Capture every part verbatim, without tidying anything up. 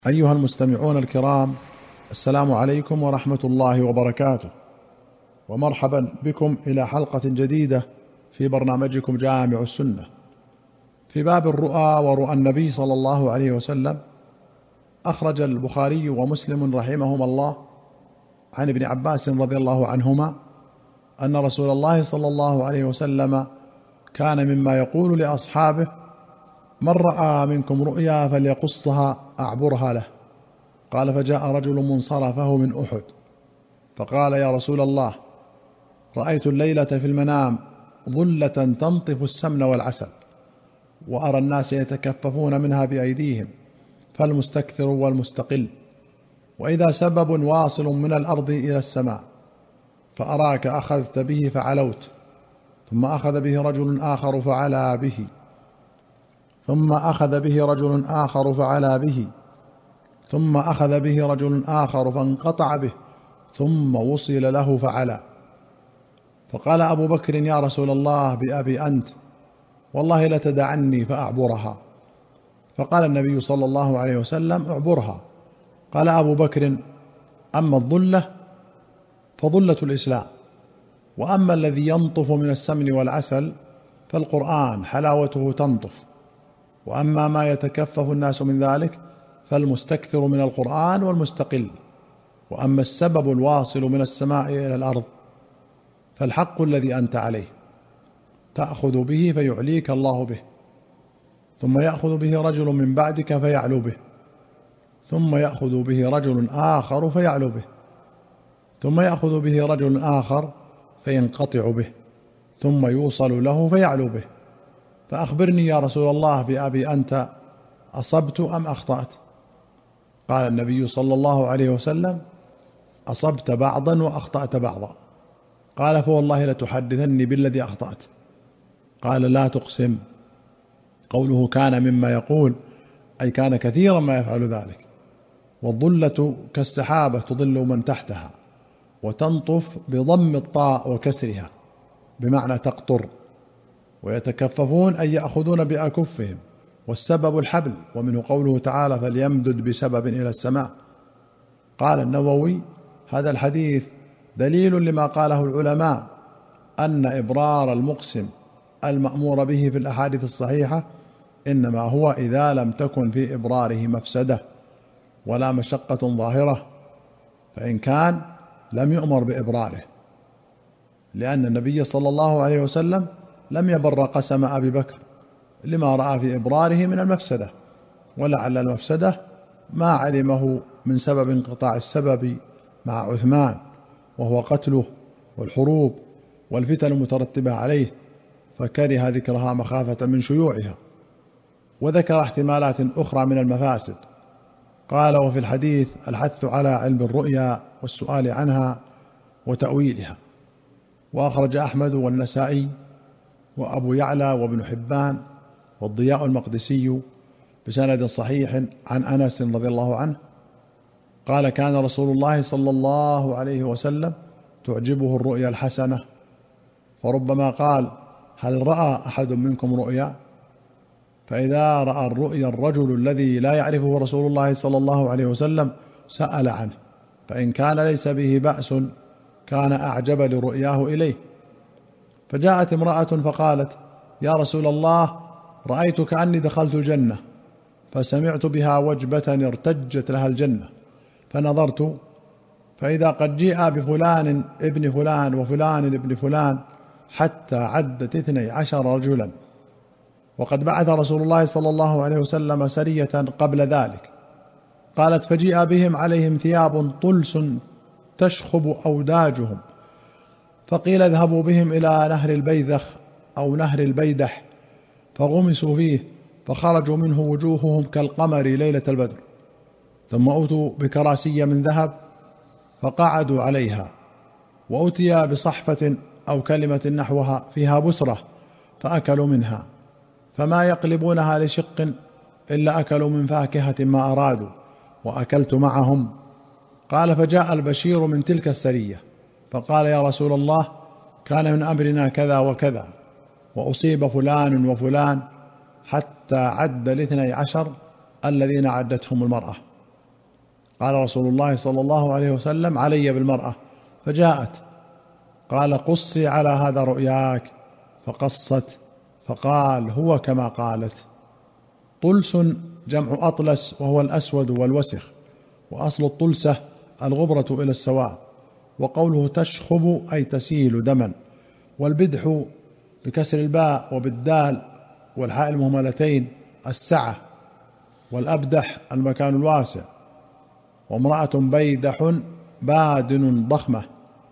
أيها المستمعون الكرام، السلام عليكم ورحمة الله وبركاته، ومرحبا بكم إلى حلقة جديدة في برنامجكم جامع السنة. في باب الرؤى ورؤى النبي صلى الله عليه وسلم، أخرج البخاري ومسلم رحمهما الله عن ابن عباس رضي الله عنهما أن رسول الله صلى الله عليه وسلم كان مما يقول لأصحابه: من رأى منكم رؤيا فليقصها أعبرها له. قال: فجاء رجل منصرفه من أحد فقال: يا رسول الله، رأيت الليلة في المنام ظلة تنطف السمن والعسل، وأرى الناس يتكففون منها بأيديهم، فالمستكثر والمستقل، وإذا سبب واصل من الأرض إلى السماء، فأراك أخذت به فعلوت، ثم أخذ به رجل آخر فعلا به، ثم أخذ به رجل آخر فعلا به، ثم أخذ به رجل آخر فانقطع به، ثم وصل له فعلا. فقال أبو بكر: يا رسول الله، بأبي أنت، والله لتدعني فأعبرها. فقال النبي صلى الله عليه وسلم: اعبرها. قال أبو بكر: أما الظلة فظلة الإسلام، وأما الذي ينطف من السمن والعسل فالقرآن حلاوته تنطف، وأما ما يتكفف الناس من ذلك فالمستكثر من القرآن والمستقل، وأما السبب الواصل من السماء إلى الأرض فالحق الذي أنت عليه، تأخذ به فيعليك الله به، ثم يأخذ به رجل من بعدك فيعلو به، ثم يأخذ به رجل آخر فيعلو به، ثم يأخذ به رجل آخر فينقطع به، ثم يوصل له فيعلو به. فأخبرني يا رسول الله بأبي أنت، أصبت أم أخطأت؟ قال النبي صلى الله عليه وسلم: أصبت بعضا وأخطأت بعضا. قال: فوالله لتحدثني بالذي أخطأت. قال: لا تقسم. قوله كان مما يقول أي كان كثيرا ما يفعل ذلك. والظلة كالسحابة تظل من تحتها، وتنطف بضم الطاء وكسرها بمعنى تقطر، ويتكففون أي يأخذون بأكفهم، والسبب الحبل، ومنه قوله تعالى: فليمدد بسبب إلى السماء. قال النووي: هذا الحديث دليل لما قاله العلماء أن إبرار المقسم المأمور به في الأحاديث الصحيحة إنما هو إذا لم تكن في إبراره مفسدة ولا مشقة ظاهرة، فإن كان لم يؤمر بإبراره، لأن النبي صلى الله عليه وسلم لم يبر قسم أبي بكر لما رأى في إبراره من المفسدة، ولعل المفسدة ما علمه من سبب انقطاع السبب مع عثمان، وهو قتله والحروب والفتن المترتبة عليه، فكره ذكرها مخافة من شيوعها، وذكر احتمالات أخرى من المفاسد. قال: وفي الحديث الحث على علم الرؤيا والسؤال عنها وتأويلها. وأخرج أحمد والنسائي وأبو يعلى وابن حبان والضياء المقدسي بسند صحيح عن أنس رضي الله عنه قال: كان رسول الله صلى الله عليه وسلم تعجبه الرؤيا الحسنة، فربما قال: هل رأى أحد منكم رؤيا؟ فإذا رأى الرؤيا الرجل الذي لا يعرفه رسول الله صلى الله عليه وسلم سأل عنه، فإن كان ليس به بأس كان أعجب لرؤياه إليه. فجاءت امرأة فقالت: يا رسول الله، رأيت كأني دخلت الجنة، فسمعت بها وجبة ارتجت لها الجنة، فنظرت فإذا قد جيء بفلان ابن فلان وفلان ابن فلان حتى عدت اثني عشر رجلا، وقد بعث رسول الله صلى الله عليه وسلم سرية قبل ذلك. قالت: فجيء بهم عليهم ثياب طلس تشخب أوداجهم، فقيل اذهبوا بهم إلى نهر البيذخ أو نهر البيدح، فغمسوا فيه، فخرجوا منه وجوههم كالقمر ليلة البدر، ثم أوتوا بكراسي من ذهب فقعدوا عليها، وأتي بصحفة أو كلمة نحوها فيها بسرة فأكلوا منها، فما يقلبونها لشق إلا أكلوا من فاكهة ما أرادوا، وأكلت معهم. قال: فجاء البشير من تلك السرية فقال: يا رسول الله، كان من أمرنا كذا وكذا، وأصيب فلان وفلان، حتى عد الاثني عشر الذين عدتهم المرأة. قال رسول الله صلى الله عليه وسلم: علي بالمرأة. فجاءت، قال: قصي على هذا رؤياك. فقصت، فقال: هو كما قالت. طلس جمع أطلس، وهو الأسود والوسخ، وأصل الطلسة الغبرة إلى السواد. وقوله تشخب أي تسيل دما. والبدح بكسر الباء وبالدال والحاء المهملتين السعة. والأبدح المكان الواسع. وامرأة بيدح بادن ضخمة.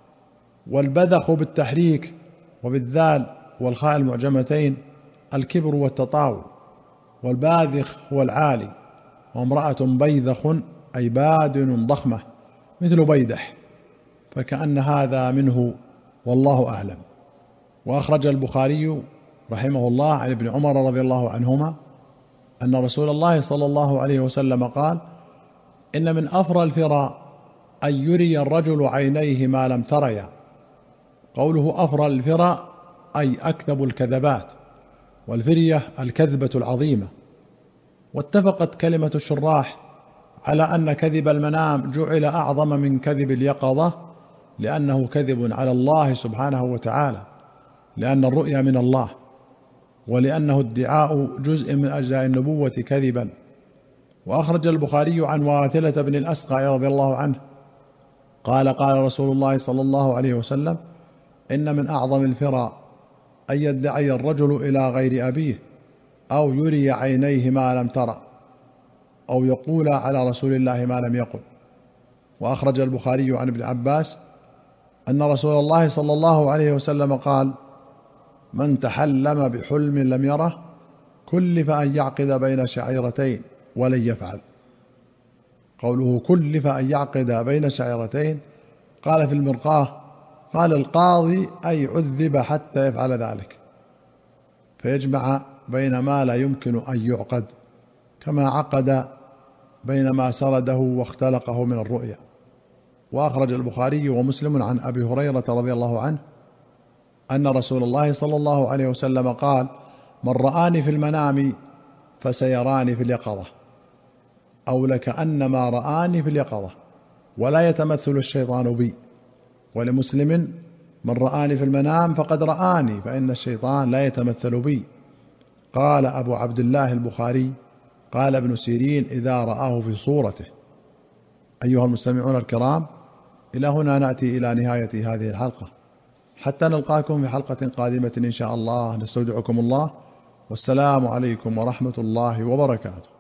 والبذخ بالتحريك وبالذال والخاء المعجمتين الكبر والتطاول. والباذخ هو العالي. وامرأة بيذخ أي بادن ضخمة مثل بيدح، فكأن هذا منه، والله أعلم. وأخرج البخاري رحمه الله عن ابن عمر رضي الله عنهما أن رسول الله صلى الله عليه وسلم قال: إن من أفرى الفرى أن يري الرجل عينيه ما لم تريا. قوله أفرى الفرى أي أكذب الكذبات، والفرية الكذبة العظيمة. واتفقت كلمة الشراح على أن كذب المنام جعل أعظم من كذب اليقظة، لأنه كذب على الله سبحانه وتعالى، لأن الرؤيا من الله، ولأنه ادعاء جزء من أجزاء النبوة كذبا. وأخرج البخاري عن واثلة بن الأسقع رضي الله عنه قال: قال رسول الله صلى الله عليه وسلم: إن من أعظم الفرى أن يدعي الرجل إلى غير أبيه، أو يري عينيه ما لم ترى، أو يقول على رسول الله ما لم يقل. وأخرج البخاري عن ابن عباس أن رسول الله صلى الله عليه وسلم قال: من تحلم بحلم لم يره كلف أن يعقد بين شعيرتين ولن يفعل. قوله كلف أن يعقد بين شعيرتين، قال في المرقاة: قال القاضي أي عذب حتى يفعل ذلك، فيجمع بين ما لا يمكن أن يعقد، كما عقد بين ما سرده واختلقه من الرؤيا. وأخرج البخاري ومسلم عن أبي هريرة رضي الله عنه أن رسول الله صلى الله عليه وسلم قال: من رآني في المنام فسيراني في اليقظة، أو لكأنما رآني في اليقظة، ولا يتمثل الشيطان بي. ولمسلم: من رآني في المنام فقد رآني، فإن الشيطان لا يتمثل بي. قال أبو عبد الله البخاري: قال ابن سيرين: إذا رآه في صورته. أيها المستمعون الكرام، إلى هنا نأتي إلى نهاية هذه الحلقة، حتى نلقاكم في حلقة قادمة إن شاء الله. نستودعكم الله، والسلام عليكم ورحمة الله وبركاته.